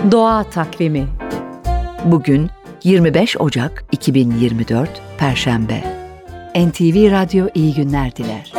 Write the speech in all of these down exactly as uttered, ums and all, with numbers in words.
Doğa Takvimi. Bugün yirmi beş Ocak iki bin yirmi dört Perşembe. N T V Radyo iyi günler diler.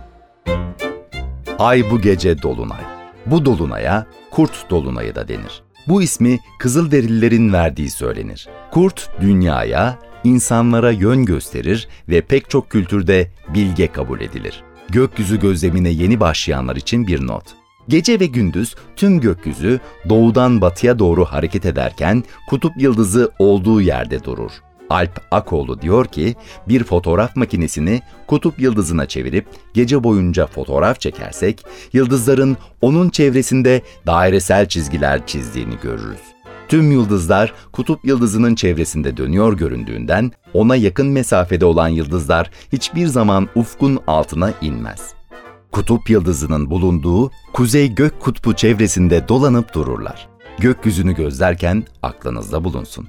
Ay bu gece dolunay. Bu dolunaya kurt dolunayı da denir. Bu ismi Kızılderililerin verdiği söylenir. Kurt dünyaya, insanlara yön gösterir ve pek çok kültürde bilge kabul edilir. Gökyüzü gözlemine yeni başlayanlar için bir not. Gece ve gündüz tüm gökyüzü doğudan batıya doğru hareket ederken kutup yıldızı olduğu yerde durur. Alp Akoğlu diyor ki, bir fotoğraf makinesini kutup yıldızına çevirip gece boyunca fotoğraf çekersek, yıldızların onun çevresinde dairesel çizgiler çizdiğini görürüz. Tüm yıldızlar kutup yıldızının çevresinde dönüyor göründüğünden, ona yakın mesafede olan yıldızlar hiçbir zaman ufkun altına inmez. Kutup yıldızının bulunduğu kuzey gök kutbu çevresinde dolanıp dururlar. Gökyüzünü gözlerken aklınızda bulunsun.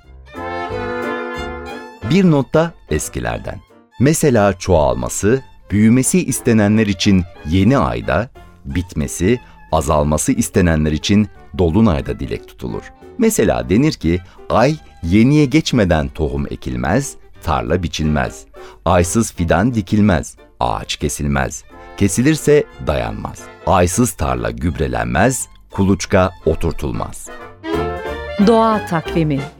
Bir notta eskilerden. Mesela çoğalması, büyümesi istenenler için yeni ayda, bitmesi, azalması istenenler için dolunayda dilek tutulur. Mesela denir ki, ay yeniye geçmeden tohum ekilmez, tarla biçilmez. Aysız fidan dikilmez, ağaç kesilmez. Kesilirse dayanmaz. Aysız tarla gübrelenmez, kuluçka oturtulmaz. Doğa Takvimi.